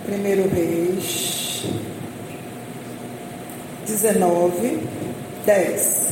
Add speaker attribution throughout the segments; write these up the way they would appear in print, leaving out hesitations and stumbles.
Speaker 1: 1 Reis 19, 10.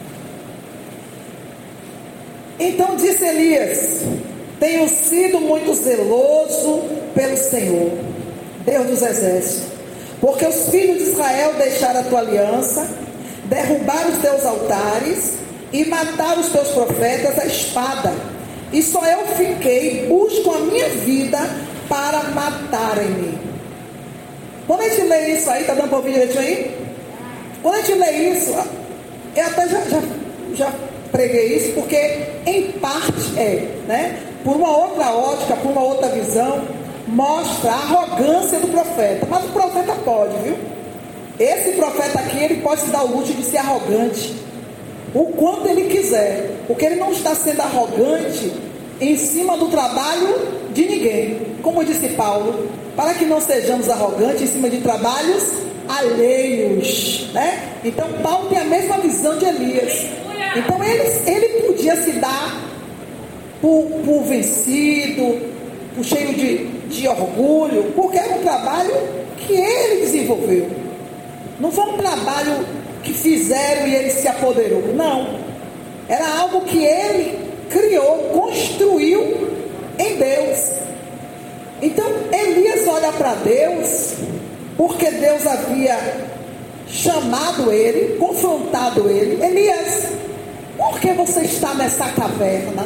Speaker 1: Então disse Elias: tenho sido muito zeloso pelo Senhor, Deus dos exércitos, porque os filhos de Israel deixaram a tua aliança, derrubaram os teus altares e mataram os teus profetas à espada. E só eu fiquei, busco a minha vida para matarem-me. Quando a gente lê isso aí, está dando para ouvir direitinho aí? Quando a gente lê isso, eu até já preguei isso, porque em parte né? Por uma outra ótica, por uma outra visão, mostra a arrogância do profeta. Mas o profeta pode, viu? Esse profeta aqui, ele pode se dar o luxo de ser arrogante o quanto ele quiser, porque ele não está sendo arrogante em cima do trabalho de ninguém, como disse Paulo, para que não sejamos arrogantes em cima de trabalhos alheios, né? Então Paulo tem a mesma visão de Elias. Então ele podia se dar por vencido, por cheio de orgulho, porque era um trabalho que ele desenvolveu, não foi um trabalho que fizeram e ele se apoderou, não, era algo que ele criou, construiu em Deus. Então Elias olha para Deus, porque Deus havia chamado ele, confrontado ele: Elias, por que você está nessa caverna?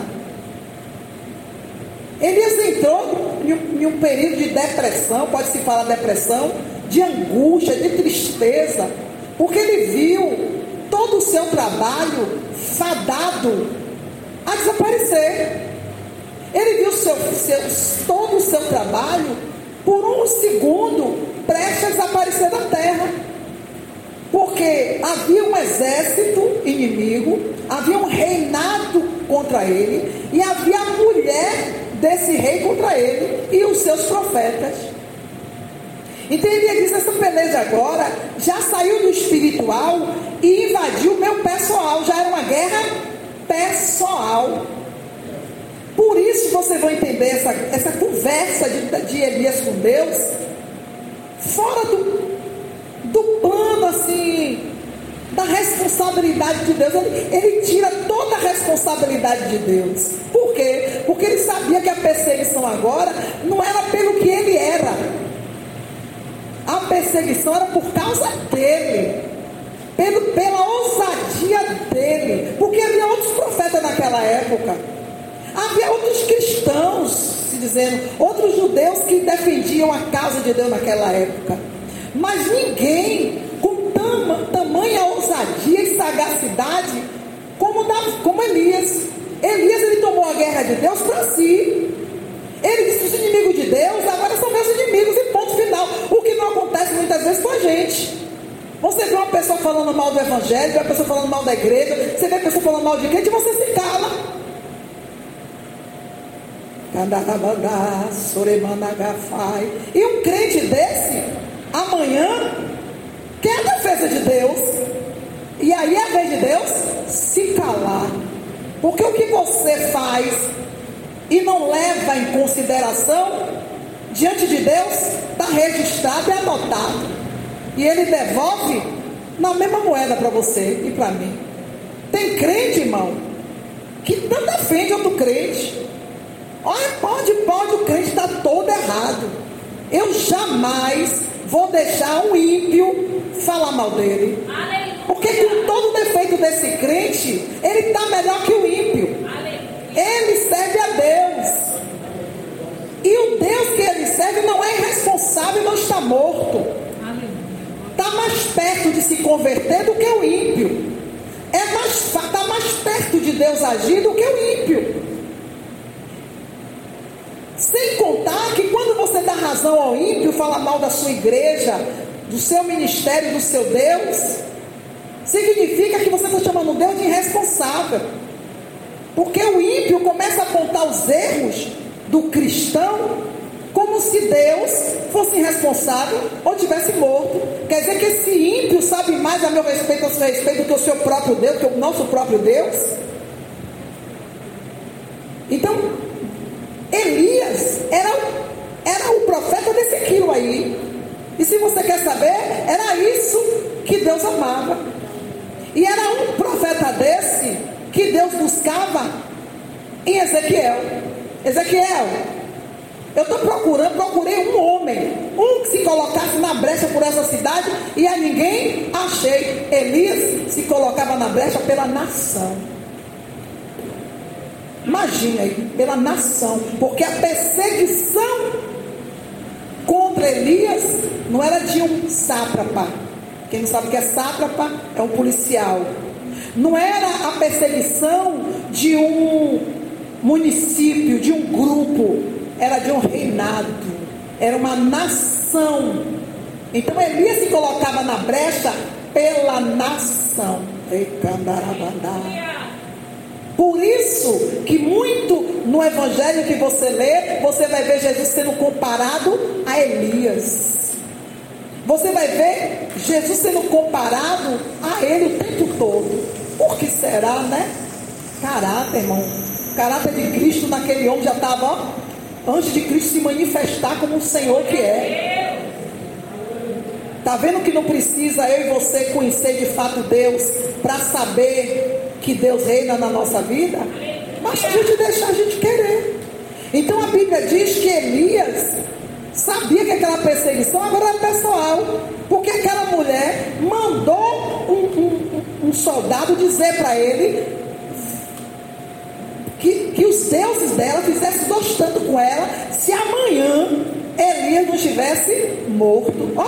Speaker 1: Elias entrou em um período de depressão, pode-se falar depressão, de angústia, de tristeza, porque ele viu todo o seu trabalho fadado a desaparecer. Ele viu todo o seu trabalho por um segundo prestes a desaparecer da terra, porque havia um exército inimigo, havia um reinado contra ele, e havia a mulher desse rei contra ele e os seus profetas. Então ele diz: essa peleja agora já saiu do espiritual e invadiu o meu pessoal, já era uma guerra pessoal. Por isso você vai entender essa conversa de Elias com Deus, fora do plano assim, da responsabilidade de Deus. Ele tira toda a responsabilidade de Deus. Por quê? Porque ele sabia que a perseguição agora não era pelo que ele era, a perseguição era por causa dele, pela ousadia dele, porque havia outros profetas naquela época, havia outros cristãos, se dizendo, outros judeus que defendiam a causa de Deus naquela época, mas ninguém com tamanha ousadia e sagacidade como Elias. Ele tomou a guerra de Deus para si. Ele disse: os inimigos de Deus agora são meus inimigos, e ponto final. O que não acontece muitas vezes com a gente. Você vê uma pessoa falando mal do evangelho, vê uma pessoa falando mal da igreja, você vê a pessoa falando mal de crente, e você se cala. E um crente desse, amanhã, quer a defesa de Deus, e aí é a vez de Deus se calar. Porque o que você faz e não leva em consideração diante de Deus, está registrado e anotado, e ele devolve na mesma moeda para você e para mim. Tem crente, irmão, que não defende outro crente. Olha, pode, o crente está todo errado. Eu jamais vou deixar um ímpio falar mal dele, porque com todo o defeito desse crente, ele está melhor que o ímpio. Ele serve a Deus, e o Deus que ele serve não é irresponsável, não está morto, está mais perto de se converter do que o ímpio, está mais perto de Deus agir do que o ímpio. Sem contar que quando você dá razão ao ímpio, fala mal da sua igreja, do seu ministério, do seu Deus, significa que você está chamando Deus de irresponsável, porque o ímpio começa a apontar os erros do cristão como se Deus fosse irresponsável ou tivesse morto. Quer dizer que esse ímpio sabe mais a meu respeito, a seu respeito, do que o seu próprio Deus, do que o nosso próprio Deus. Então Elias era o profeta desse quilo aí, que Deus amava. E era um profeta desse que Deus buscava em Ezequiel. Ezequiel, eu estou procurei um homem, um que se colocasse na brecha por essa cidade, e a ninguém achei. Elias se colocava na brecha pela nação. Imagina aí, pela nação, porque a perseguição contra Elias não era de um sátrapa. Quem não sabe o que é sátrapa é um policial. Não era a perseguição de um município, de um grupo, era de um reinado, era uma nação. Então Elias se colocava na brecha pela nação. Por isso que muito no evangelho que você lê, você vai ver Jesus sendo comparado a Elias. Você vai ver Jesus sendo comparado a ele o tempo todo. Por que será, né? Caráter, irmão. O caráter de Cristo naquele homem já estava, antes de Cristo se manifestar como o Senhor que é. Está vendo que não precisa eu e você conhecer de fato Deus para saber que Deus reina na nossa vida? Basta a gente deixar a gente querer. Então a Bíblia diz que Elias sabia que aquela perseguição agora era pessoal, porque aquela mulher mandou um soldado dizer para ele que os deuses dela fizessem dois tanto com ela, se amanhã Elias não estivesse morto. Ó.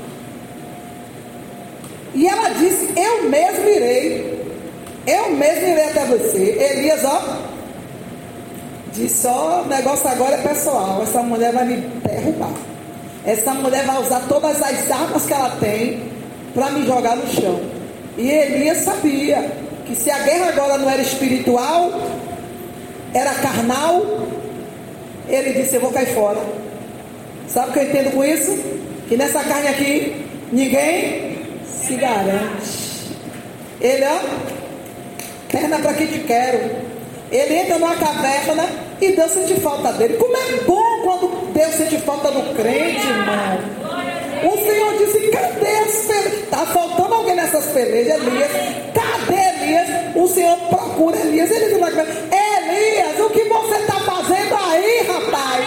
Speaker 1: E ela disse: eu mesmo irei até você. Elias, ó, disse: ó, o negócio agora é pessoal, essa mulher vai me derrubar, essa mulher vai usar todas as armas que ela tem para me jogar no chão. E Elias sabia que se a guerra agora não era espiritual, era carnal, ele disse: eu vou cair fora. Sabe o que eu entendo com isso? Que nessa carne aqui ninguém se garante. Ele, ó, perna para quem te quero. Ele entra numa caverna e Deus sente falta dele. Como é bom quando Deus sente falta do crente, irmão. O Senhor disse: cadê as pelejas? Está faltando alguém nessas pelejas, Elias. Cadê Elias? O Senhor procura Elias. Ele diz: Elias, o que você está fazendo aí, rapaz?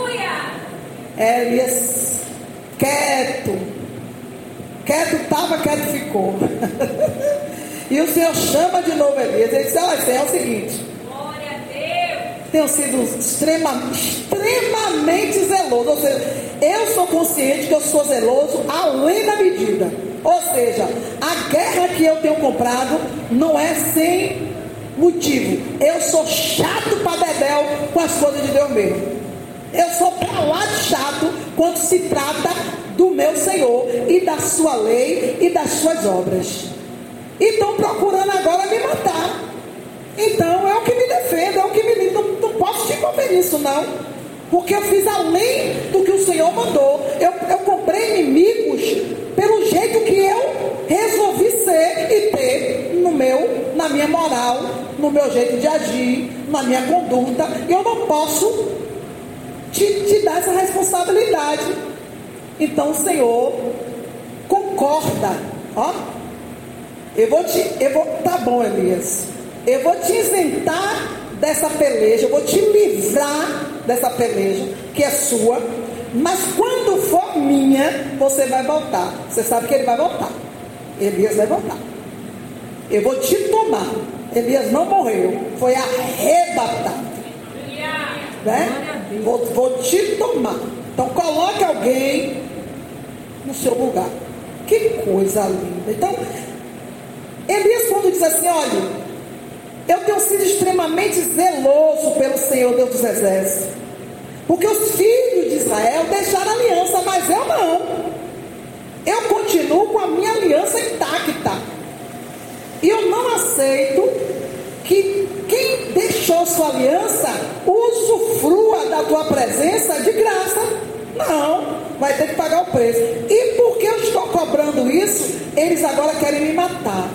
Speaker 1: Elias, quieto estava, quieto ficou. E o Senhor chama de novo Elias. Ele disse: olha, Senhor, é o seguinte, glória a Deus, tenho sido extremamente zeloso. Ou seja, eu sou consciente que eu sou zeloso além da medida. Ou seja, a guerra que eu tenho comprado não é sem motivo. Eu sou chato para dedéu com as coisas de Deus mesmo. Eu sou para lá de chato quando se trata do meu Senhor e da sua lei e das suas obras. E estão procurando agora me matar. Então é o que me defende, é o que me livra. Não posso te envolver nisso, não. Porque eu fiz além do que o Senhor mandou. Eu comprei inimigos pelo jeito que eu resolvi ser e ter na minha moral, no meu jeito de agir, na minha conduta. E eu não posso te dar essa responsabilidade. Então o Senhor concorda. Ó, tá bom, Elias, eu vou te isentar dessa peleja, eu vou te livrar dessa peleja que é sua, mas quando for minha, você vai voltar. Você sabe que ele vai voltar. Elias vai voltar. Eu vou te tomar. Elias não morreu, foi arrebatado, né? Vou te tomar. Então coloque alguém no seu lugar. Que coisa linda. Então Elias, quando diz assim: olha, eu tenho sido extremamente zeloso pelo Senhor Deus dos exércitos, porque os filhos de Israel deixaram a aliança, mas eu não. Eu continuo com a minha aliança intacta. E eu não aceito que quem deixou sua aliança usufrua da tua presença de graça. Não, vai ter que pagar o preço. E porque eu estou cobrando isso, eles agora querem me matar.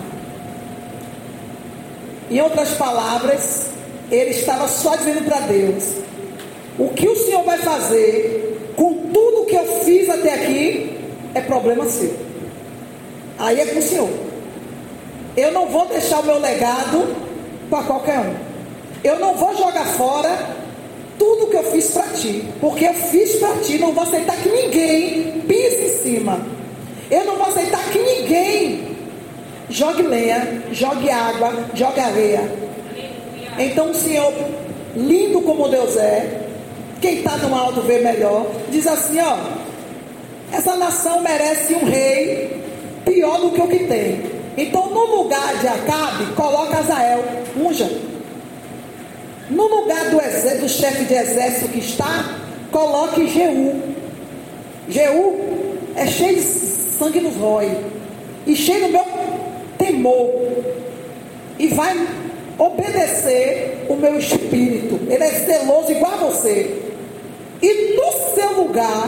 Speaker 1: Em outras palavras, ele estava só dizendo para Deus: o que o Senhor vai fazer com tudo que eu fiz até aqui é problema seu. aí é com o Senhor. Eu não vou deixar o meu legado para qualquer um. Eu não vou jogar fora tudo que eu fiz para ti, porque eu fiz para ti. Não vou aceitar que ninguém pise em cima. Eu não vou aceitar que ninguém jogue lenha, jogue água, jogue areia. Então o Senhor, lindo como Deus é, quem está no alto vê melhor, diz assim: ó, essa nação merece um rei pior do que o que tem. Então no lugar de Acabe, coloca Azael, unja. No lugar do chefe de exército que está, coloque Jeú. Jeú é cheio de sangue nos róis, e cheio do meu temor, e vai obedecer o meu espírito. Ele é zeloso igual a você. E no seu lugar,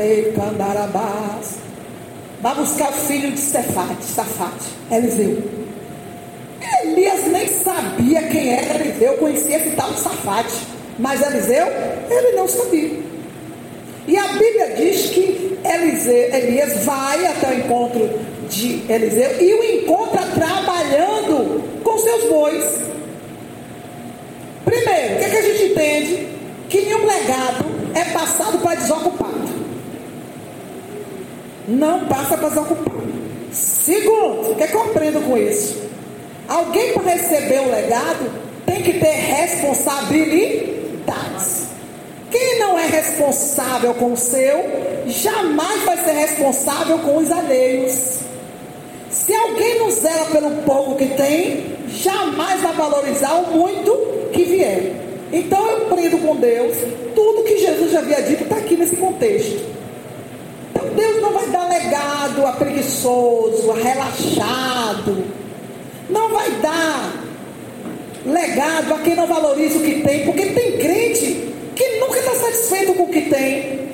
Speaker 1: vai buscar o filho de Safate, Eliseu. Elias nem sabia quem era Eliseu, conhecia esse tal de Safate, mas Eliseu, ele não sabia. E a Bíblia diz que Elias vai até o encontro de Eliseu e o encontra trabalhando com seus bois. Primeiro, o que a gente entende? Que nenhum legado é passado para desocupado. Não passa para desocupado. Segundo, o que eu aprendo com isso? Alguém para receber o legado tem que ter responsabilidades. Quem não é responsável com o seu, jamais vai ser responsável com os alheios. Se alguém não zela pelo pouco que tem, jamais vai valorizar o muito que vier. Então eu aprendo com Deus, tudo que Jesus já havia dito está aqui nesse contexto. Então Deus não vai dar legado a preguiçoso, a relaxado. Não vai dar legado a quem não valoriza o que tem, porque tem crente que nunca está satisfeito com o que tem.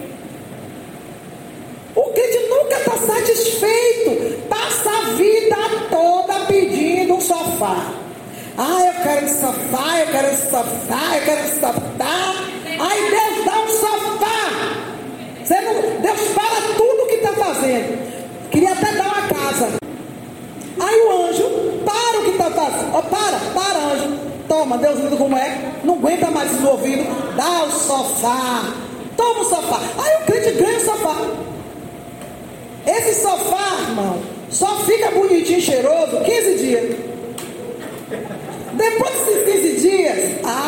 Speaker 1: O crente nunca está satisfeito, passa a vida toda pedindo um sofá. Ah, eu quero esse sofá, eu quero esse sofá, eu quero esse sofá. Aí Deus dá um sofá. Deus para tudo que está fazendo. Queria até dar uma casa. Aí o anjo para o que está fazendo. Oh, para anjo. Toma, Deus lindo como é. Não aguenta mais no ouvido. Dá o sofá. Toma o sofá. Aí o crente ganha o sofá. Esse sofá, irmão, só fica bonitinho, cheiroso 15 dias. Depois desses 15 dias,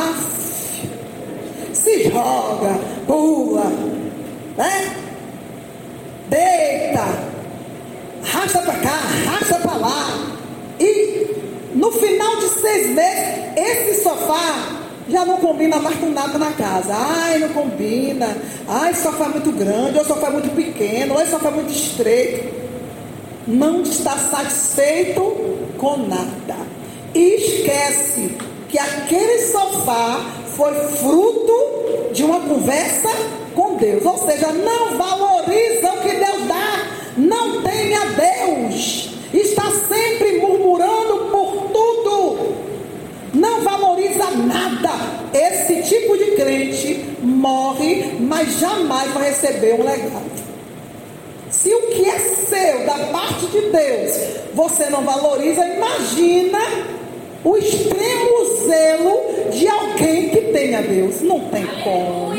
Speaker 1: se joga, pula, né? Deita, arrasta para cá, arrasta para lá. E no final de 6 meses, esse sofá já não combina mais com nada na casa. Ai, não combina. Ai, esse sofá é muito grande, ou esse sofá é muito pequeno, ou esse sofá é muito estreito. Não está satisfeito com nada. E esquece que aquele sofá foi fruto de uma conversa com Deus. Ou seja, não valoriza o que Deus dá. Não teme a Deus. Está sempre murmurando por tudo. Não valoriza nada. Esse tipo de crente morre, mas jamais vai receber um legado. Se o que é seu, da parte de Deus, você não valoriza, imagina o extremo zelo de alguém que tem a Deus. Não tem como,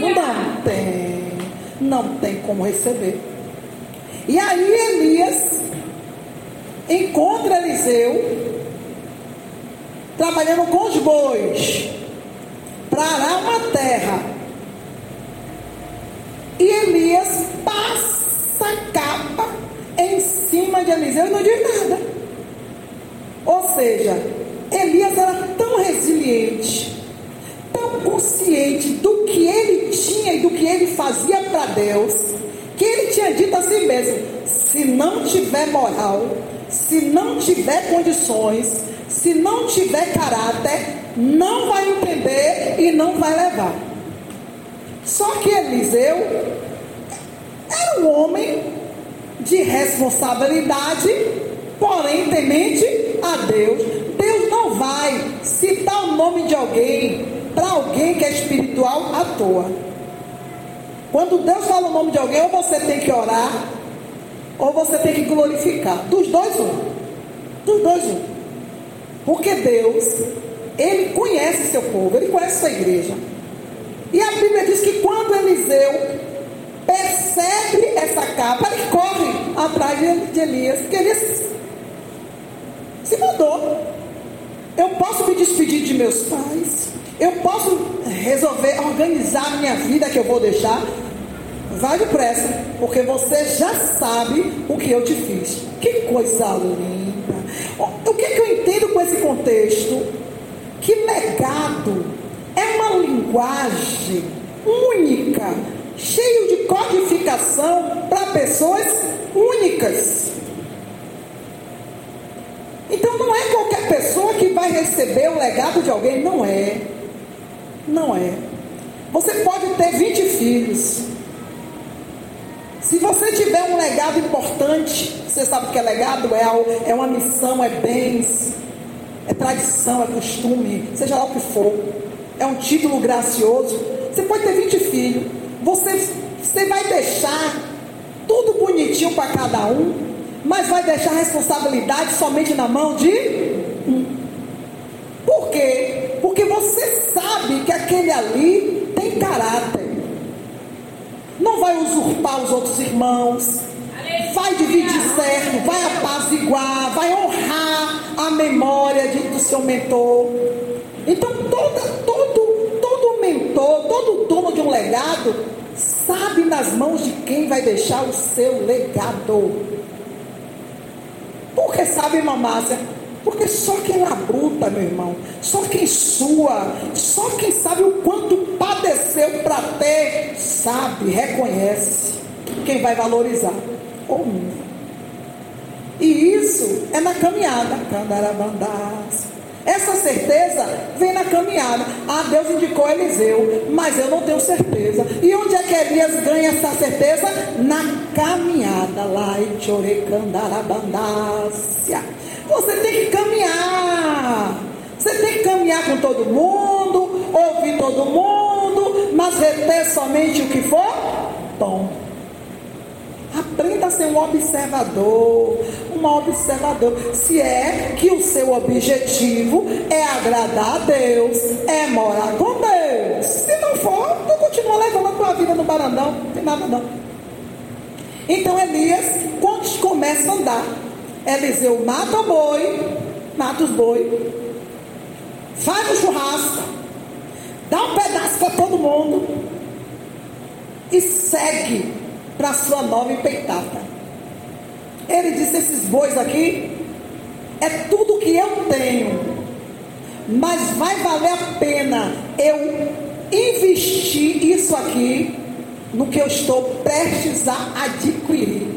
Speaker 1: não tem como receber. E aí Elias encontra Eliseu trabalhando com os bois para arar uma terra. E Elias passa a capa em cima de Eliseu e não diz nada. Ou seja, Elias era tão resiliente, tão consciente do que ele tinha e do que ele fazia para Deus, que ele tinha dito a si mesmo: se não tiver moral, se não tiver condições, se não tiver caráter, não vai entender e não vai levar. Só que Eliseu era um homem de responsabilidade, porém temente a Deus. Deus não vai citar o nome de alguém para alguém que é espiritual à toa. Quando Deus fala o nome de alguém, ou você tem que orar, ou você tem que glorificar. Dos dois, um. Dos dois, um. Porque Deus, Ele conhece seu povo, Ele conhece sua igreja. E a Bíblia diz que quando Eliseu percebe essa capa, ele corre atrás de Elias, porque Elias se mudou. Eu posso me despedir de meus pais, eu posso resolver organizar a minha vida que eu vou deixar. Vai depressa, porque você já sabe o que eu te fiz. Que coisa linda. O que eu entendo com esse contexto? Que legado é uma linguagem única, cheio de codificação para pessoas únicas. Então não é qualquer pessoa que vai receber o legado de alguém. Não é. Não é. Você pode ter 20 filhos. Se você tiver um legado importante, você sabe o que é legado? É uma missão, é bens, é tradição, é costume, seja lá o que for. É um título gracioso. Você pode ter 20 filhos. Você vai deixar tudo bonitinho para cada um, mas vai deixar a responsabilidade somente na mão de um. Por quê? Porque você sabe que aquele ali tem caráter. Não vai usurpar os outros irmãos, vai dividir certo, vai apaziguar, vai honrar a memória do seu mentor. Então todo mentor, todo dono de um legado, sabe nas mãos de quem vai deixar o seu legado. Por que sabe, irmã Márcia? Porque só quem labuta, meu irmão, só quem sua, só quem sabe o quanto padeceu para ter, sabe, reconhece quem vai valorizar ou não. E isso é na caminhada. Essa certeza vem na caminhada. Deus indicou Eliseu, mas eu não tenho certeza. E onde é que Elias ganha essa certeza? Na caminhada. Lá em Chorecandarabandássia. Você tem que caminhar. Você tem que caminhar com todo mundo, ouvir todo mundo, mas reter somente o que for bom. Aprenda a ser um observador, uma observadora. Se é que o seu objetivo é agradar a Deus, é morar com Deus. Se não for, tu continua levando a tua vida no barandão, não tem nada não. Então Elias, quando começa a andar, Eliseu mata o boi, mata os boi, faz o churrasco, dá um pedaço para todo mundo e segue para sua nova empreitada. Ele disse: esses bois aqui é tudo que eu tenho, mas vai valer a pena eu investir isso aqui no que eu estou prestes a adquirir.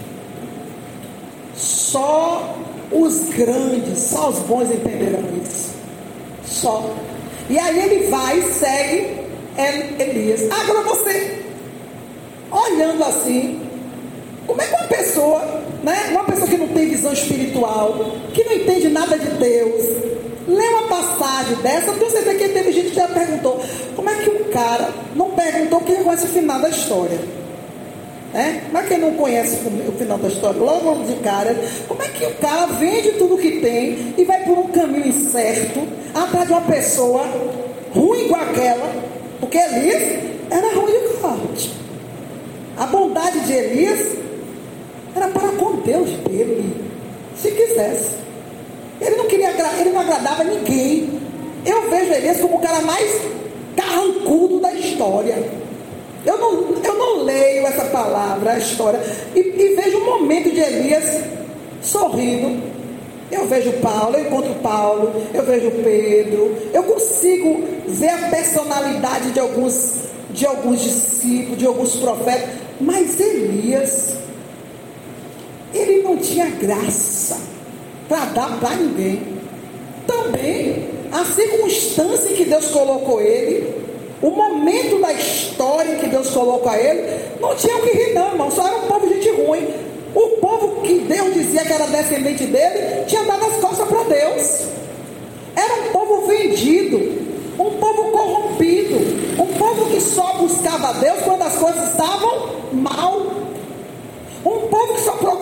Speaker 1: Só os grandes, só os bons entenderam isso. Só. E aí ele vai e segue Elias. Agora você, olhando assim, como é que uma pessoa, né, uma pessoa que não tem visão espiritual, que não entende nada de Deus, lê uma passagem dessa? Porque eu sei que teve gente que já perguntou, como é que um cara não perguntou quem conhece o final da história? Mas quem não conhece o final da história, logo de cara, como é que o cara vende tudo que tem e vai por um caminho incerto atrás de uma pessoa ruim igual aquela? Porque Elias era ruim de corte. A bondade de Elias era para com Deus dele, se quisesse. Ele não agradava ninguém. Eu vejo Elias como o cara mais carrancudo da história. Eu não leio essa palavra, a história, e vejo um momento de Elias sorrindo. Eu vejo Paulo, eu encontro Paulo, eu vejo Pedro, eu consigo ver a personalidade de alguns discípulos, de alguns profetas, mas Elias, ele não tinha graça para dar para ninguém. Também a circunstância em que Deus colocou ele, o momento da história em que Deus colocou a ele, não tinha o que rir não, irmão. Só era um povo de gente ruim. O povo que Deus dizia que era descendente dele, tinha dado as costas para Deus. Era um povo vendido, um povo corrompido, um povo que só buscava Deus quando as coisas estavam mal, um povo que só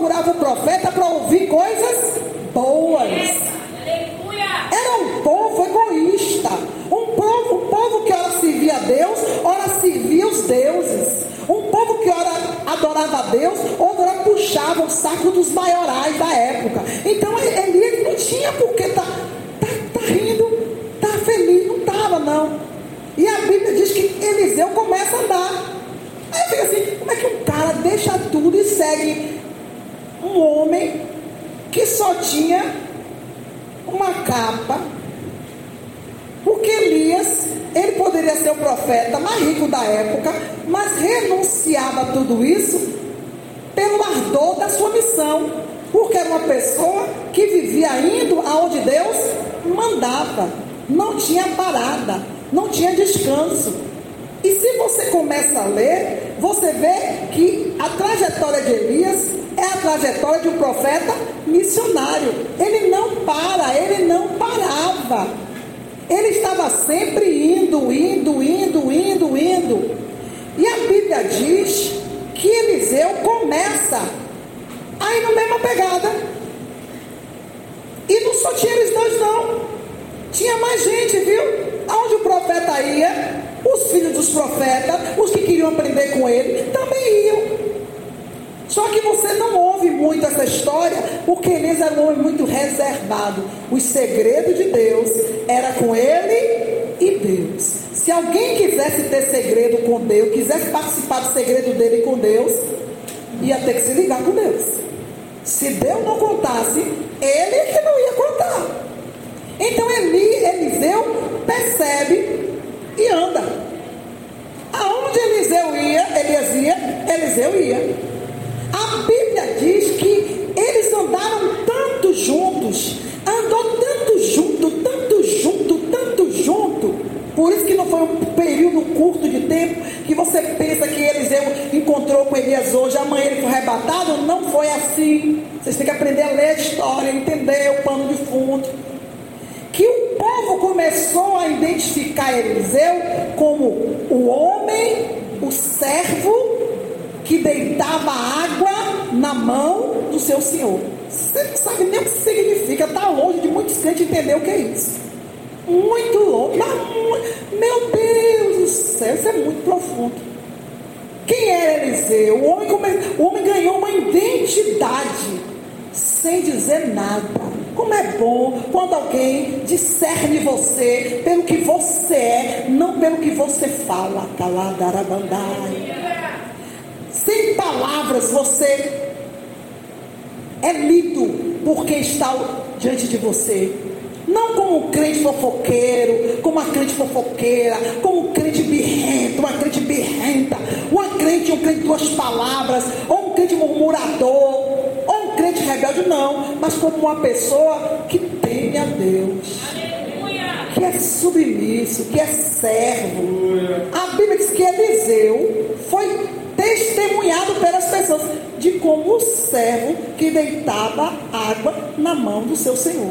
Speaker 1: procurava o profeta para ouvir coisas boas. Era um povo egoísta, um povo que ora servia a Deus, ora servia os deuses, um povo que ora adorava a Deus, ora puxava o saco dos maiorais da época. Então Elias não tinha por que tá rindo, tá feliz, não estava não. E a Bíblia diz que Eliseu começa a andar. Aí eu fico assim, como é que um cara deixa tudo e segue um homem que só tinha uma capa? Porque Elias, ele poderia ser o profeta mais rico da época, mas renunciava a tudo isso pelo ardor da sua missão, porque era uma pessoa que vivia indo aonde Deus mandava, não tinha parada, não tinha descanso. E se você começa a ler, você vê que a trajetória de Elias é a trajetória de um profeta missionário. Ele não para, ele não parava. Ele estava sempre indo. E a Bíblia diz que Eliseu começa a ir na mesma pegada. E não só tinha eles dois não. Tinha mais gente, viu? Aonde o profeta ia, os filhos dos profetas, os que queriam aprender com ele, também iam. Só que você não ouve muito essa história, porque Elias era um homem muito reservado. Os segredos de Deus era com ele e Deus. Se alguém quisesse ter segredo com Deus, quisesse participar do segredo dele com Deus, ia ter que se ligar com Deus. Se Deus não contasse, ele que não ia contar. Então Eliseu percebe e anda. Aonde Elias ia, Eliseu ia. A Bíblia diz que eles andaram tanto juntos, andou tanto junto. Por isso que não foi um período curto de tempo que você pensa que Eliseu encontrou com Elias hoje, amanhã ele foi arrebatado. Não foi assim. Vocês têm que aprender a ler a história, entender o pano de fundo. Que o povo começou a identificar Eliseu como o homem, o servo que deitava água na mão do seu senhor. Você não sabe nem o que significa, está longe de muitos crentes entender o que é isso. Muito longe, meu Deus do céu, isso é muito profundo. Quem era Eliseu? O homem ganhou uma identidade sem dizer nada. Como é bom quando alguém discerne você pelo que você é, não pelo que você fala. Caladarabandai. Sem palavras você é lido por quem está diante de você. Não como um crente fofoqueiro, como uma crente fofoqueira, como um crente birrento, uma crente birrenta, um crente de duas palavras, ou um crente murmurador, ou um crente rebelde, não, mas como uma pessoa que teme a Deus, que é submisso, que é servo. A Bíblia diz que Eliseu foi testemunhado pelas pessoas de como o servo que deitava água na mão do seu senhor.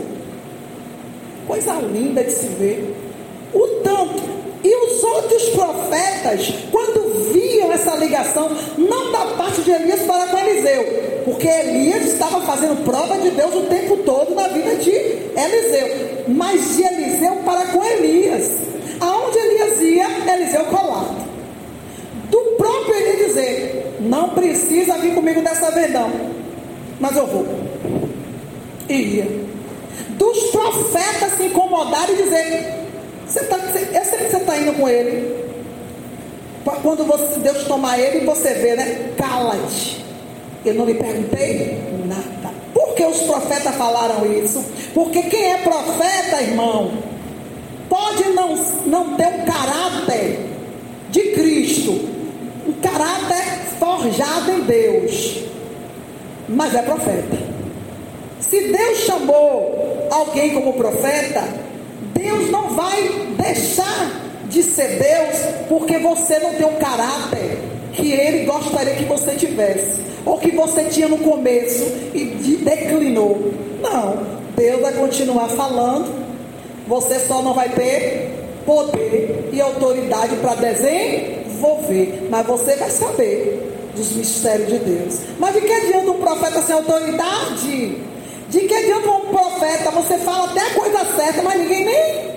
Speaker 1: Coisa linda de se ver. O tanto. E os outros profetas, quando viam essa ligação, não da parte de Elias para com Eliseu, porque Elias estava fazendo prova de Deus o tempo todo na vida de Eliseu, mas de Eliseu para com Elias. Aonde Elias ia, Eliseu colado. Do próprio Elias dizer: não precisa vir comigo dessa vez não, mas eu vou. E ia. Dos profetas se incomodarem e dizer: eu sei que você está indo com ele. Quando Deus tomar ele, você vê, né? Cala-te. Eu não lhe perguntei nada. Por que os profetas falaram isso? Porque quem é profeta, irmão, pode não ter um caráter de Cristo, um caráter forjado em Deus, mas é profeta. Se Deus chamou alguém como profeta, Deus não vai deixar de ser Deus porque você não tem um caráter que Ele gostaria que você tivesse, ou que você tinha no começo e declinou. Não, Deus vai continuar falando, você só não vai ter poder e autoridade para desenvolver, mas você vai saber dos mistérios de Deus. Mas de que adianta um profeta sem autoridade? De que adianta um profeta, você fala até a coisa certa, mas ninguém nem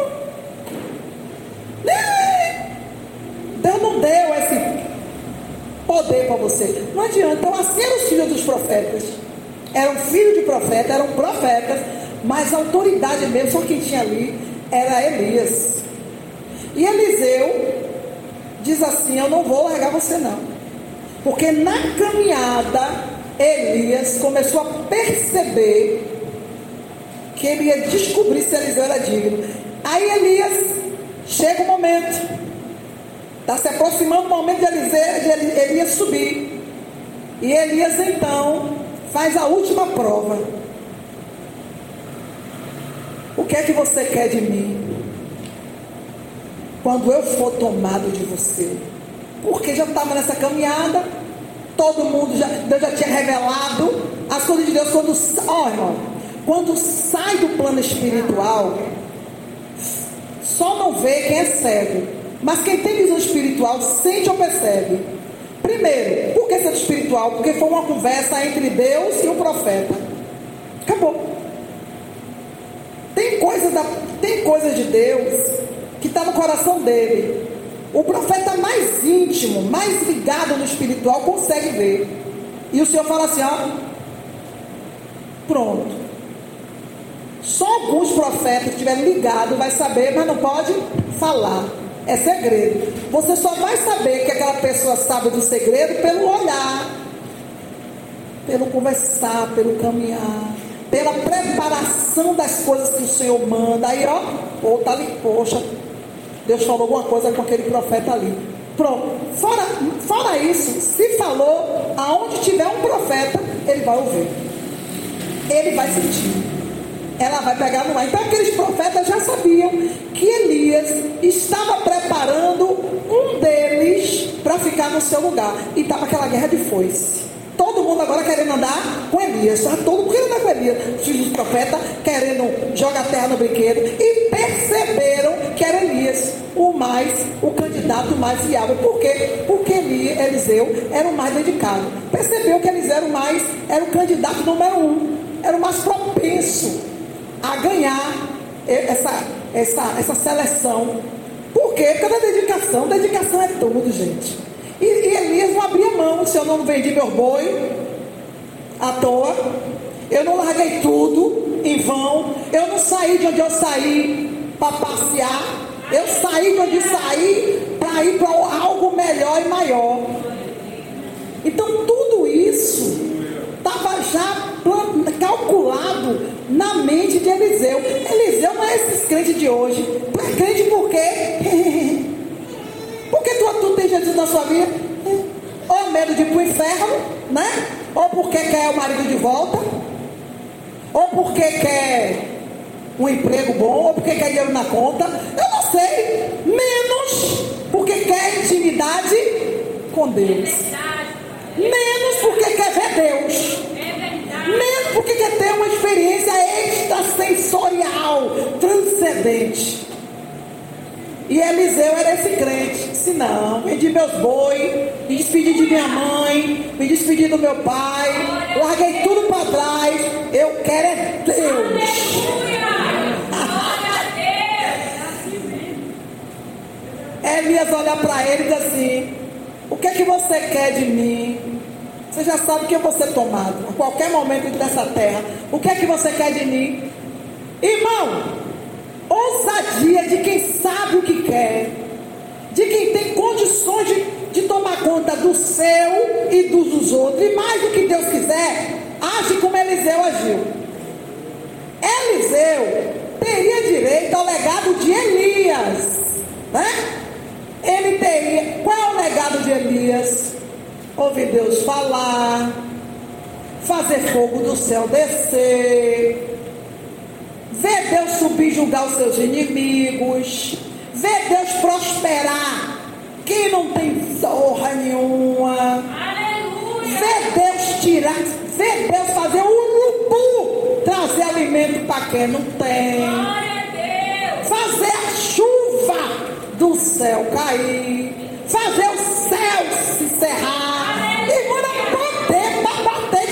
Speaker 1: Deus não deu esse poder para você. Não adianta. Então assim eram os filhos dos profetas. Eram filhos de profeta, eram profetas, mas a autoridade mesmo, só quem tinha ali era Elias. E Eliseu diz assim: eu não vou largar você não. Porque na caminhada Elias começou a perceber que ele ia descobrir se Eliseu era digno. Aí Elias, chega o momento, está se aproximando o momento de Elias subir. E Elias então faz a última prova. O que é que você quer de mim quando eu for tomado de você? Porque já estava nessa caminhada, todo mundo, Deus já tinha revelado as coisas de Deus. Irmão, quando sai do plano espiritual, só não vê quem é cego, mas quem tem visão espiritual sente ou percebe. Primeiro, por que ser espiritual? Porque foi uma conversa entre Deus e o profeta. Acabou. Tem coisas de Deus que está no coração dele. O profeta mais íntimo, mais ligado no espiritual, consegue ver. E o Senhor fala assim: ó, pronto. Só alguns profetas que estiverem ligados vai saber, mas não pode falar. É segredo. Você só vai saber que aquela pessoa sabe do segredo pelo olhar, pelo conversar, pelo caminhar, pela preparação das coisas que o Senhor manda. Aí ó, tá ali, poxa, Deus falou alguma coisa com aquele profeta ali. Pronto. Fora isso, se falou, aonde tiver um profeta, ele vai ouvir, ele vai sentir, ela vai pegar no ar. Então aqueles profetas já sabiam que Elias estava preparando um deles para ficar no seu lugar. E estava aquela guerra de foice. Todo mundo agora querendo andar com Elias. Estava todo mundo querendo andar com Elias. Os filhos do profeta querendo jogar terra no brinquedo. E perceberam que era Elias o candidato mais viável. Por quê? Porque Eliseu era o mais dedicado. Percebeu que Eliseu era o candidato número 1. Era o mais propenso a ganhar essa seleção. Por quê? Porque dedicação é tudo, gente. E Elias não abria mão. Se eu não vendi meu boi à toa, eu não larguei tudo em vão, eu não saí de onde eu saí para passear, eu saí de onde saí para ir para algo melhor e maior. Então tudo isso estava já calculado na mente de Eliseu. Eliseu não é esses crentes de hoje. Tu é crente por quê? Porque tu tem Jesus na sua vida? Ou medo de ir para o inferno, né? Ou porque quer o marido de volta, ou porque quer um emprego bom, ou porque quer dinheiro na conta. Eu não sei. Menos porque quer intimidade com Deus. Menos porque quer ver Deus. Menos porque quer ter uma experiência extrasensorial, transcendente. E Eliseu era esse crente. Se não, vendi meus boi, me despedi de minha mãe, me despedi do meu pai, larguei tudo para trás. Eu quero é Deus. Elias olha para ele e diz assim: o que é que você quer de mim? Você já sabe que eu vou ser tomado a qualquer momento dessa terra. O que é que você quer de mim? Irmão, ousadia de quem sabe o que quer, de quem tem condições de tomar conta do seu e dos outros. E mais do que Deus quiser, age como Eliseu agiu. Eliseu teria direito ao legado de Elias, né? Ele teria. Qual é o legado de Elias? Ouvir Deus falar, fazer fogo do céu descer, ver Deus subir e julgar os seus inimigos, ver Deus prosperar quem não tem zorra nenhuma. Aleluia. Ver Deus fazer o urubu trazer alimento para quem não tem. Fazer a chuva do céu cair, fazer o céu se cerrar.